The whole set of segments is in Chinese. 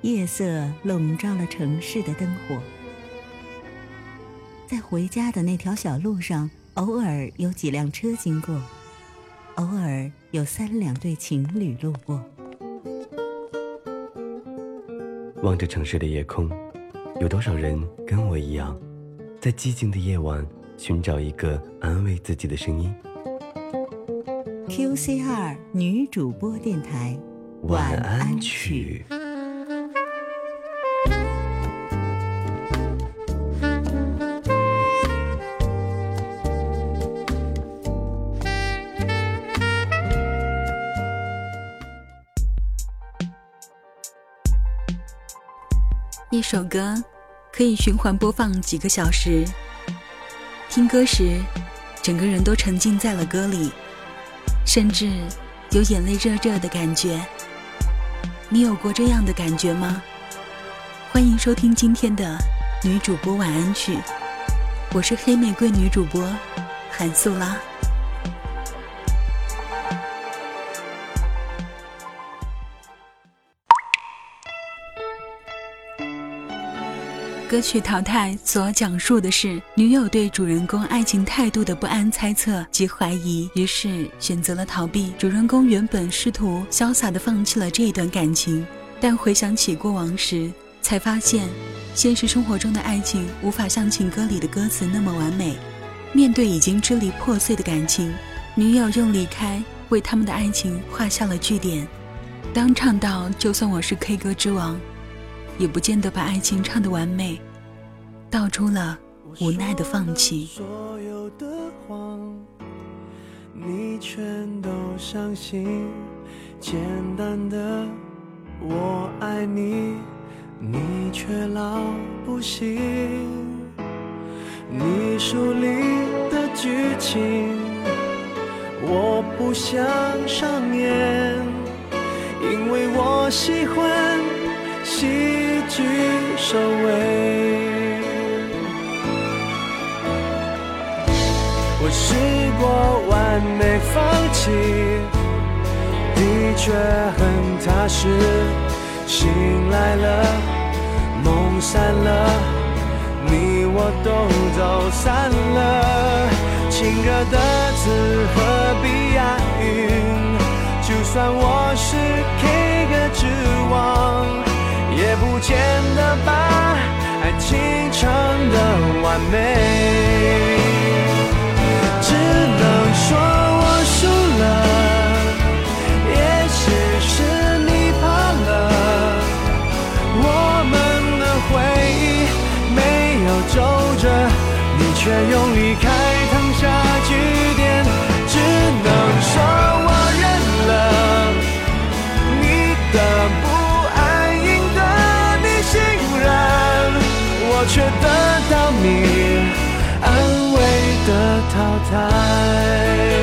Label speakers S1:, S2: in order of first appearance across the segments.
S1: 夜色笼罩了城市的灯火。在回家的那条小路上，偶尔有几辆车经过，偶尔有3两对情侣路过。
S2: 望着城市的夜空，有多少人跟我一样，在寂静的夜晚寻找一个安慰自己的声音。
S1: QC2 女主播电台
S2: 晚安曲。
S3: 一首歌可以循环播放几个小时，听歌时整个人都沉浸在了歌里，甚至有眼泪热热的感觉。你有过这样的感觉吗？欢迎收听今天的女主播晚安曲，我是黑玫瑰女主播韩素拉。歌曲《淘汰》所讲述的是女友对主人公爱情态度的不安猜测及怀疑，于是选择了逃避。主人公原本试图潇洒地放弃了这一段感情，但回想起过往时，才发现现实生活中的爱情无法像情歌里的歌词那么完美。面对已经支离破碎的感情，女友用离开为他们的爱情画下了句点。当唱到就算我是 K 歌之王，也不见得把爱情唱得完美，道出了无奈的放弃。
S4: 所有的谎你全都相信，简单的我爱你，你却老不信。你书里的剧情我不想上演，因为我喜欢戏剧收尾。我试过完美放弃，的确很踏实，醒来了，梦散了，你我都走散了。情热的字何必押韵，就算我是 K 歌之王，也不见得把爱情唱得完美。只能说我输了，也许是你怕了，我们的回忆没有皱着，你却用离开烫下句点。只能说我认了，你的不安赢得你欣然，我却得到你安慰的淘汰。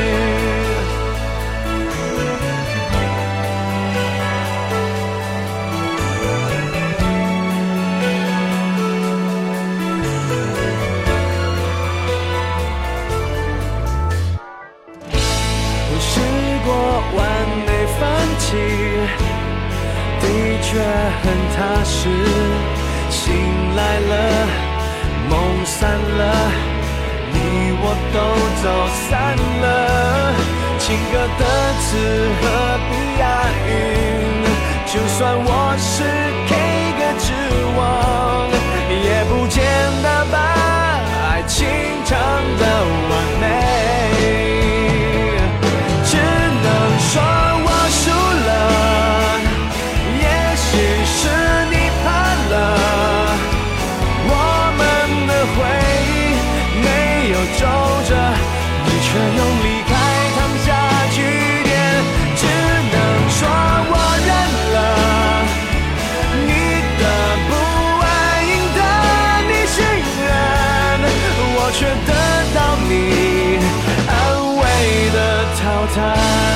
S4: 我试过完美放弃，的确很踏实，醒来了，梦散了，你我都走散了。情歌的词何必押韵，就算我是 K 歌之王，也不见得把爱情唱得完美。只能说我输了，也许是你怕了，我们的回忆没有皱着，你却用离开烫下句点。只能说我认了，你的不安赢得你欣然，我却得到你安慰的淘汰。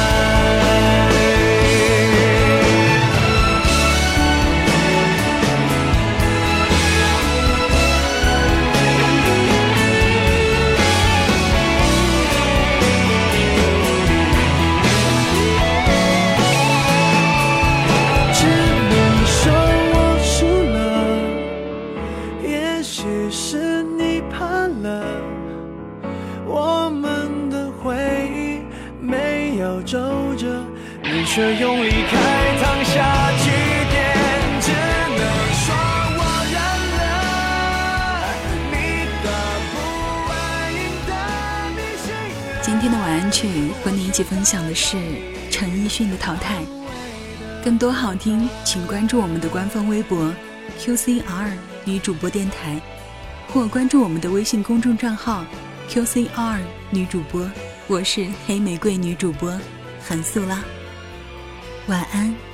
S4: 皱着，你却用离开烫下句点，只能说我认了你的不安因的迷信。
S3: 今天的晚安曲和你一起分享的是陈奕迅的《淘汰》。更多好听请关注我们的官方微博 QCR 女主播电台，或关注我们的微信公众账号 QCR 女主播。我是黑玫瑰女主播韩素拉，晚安。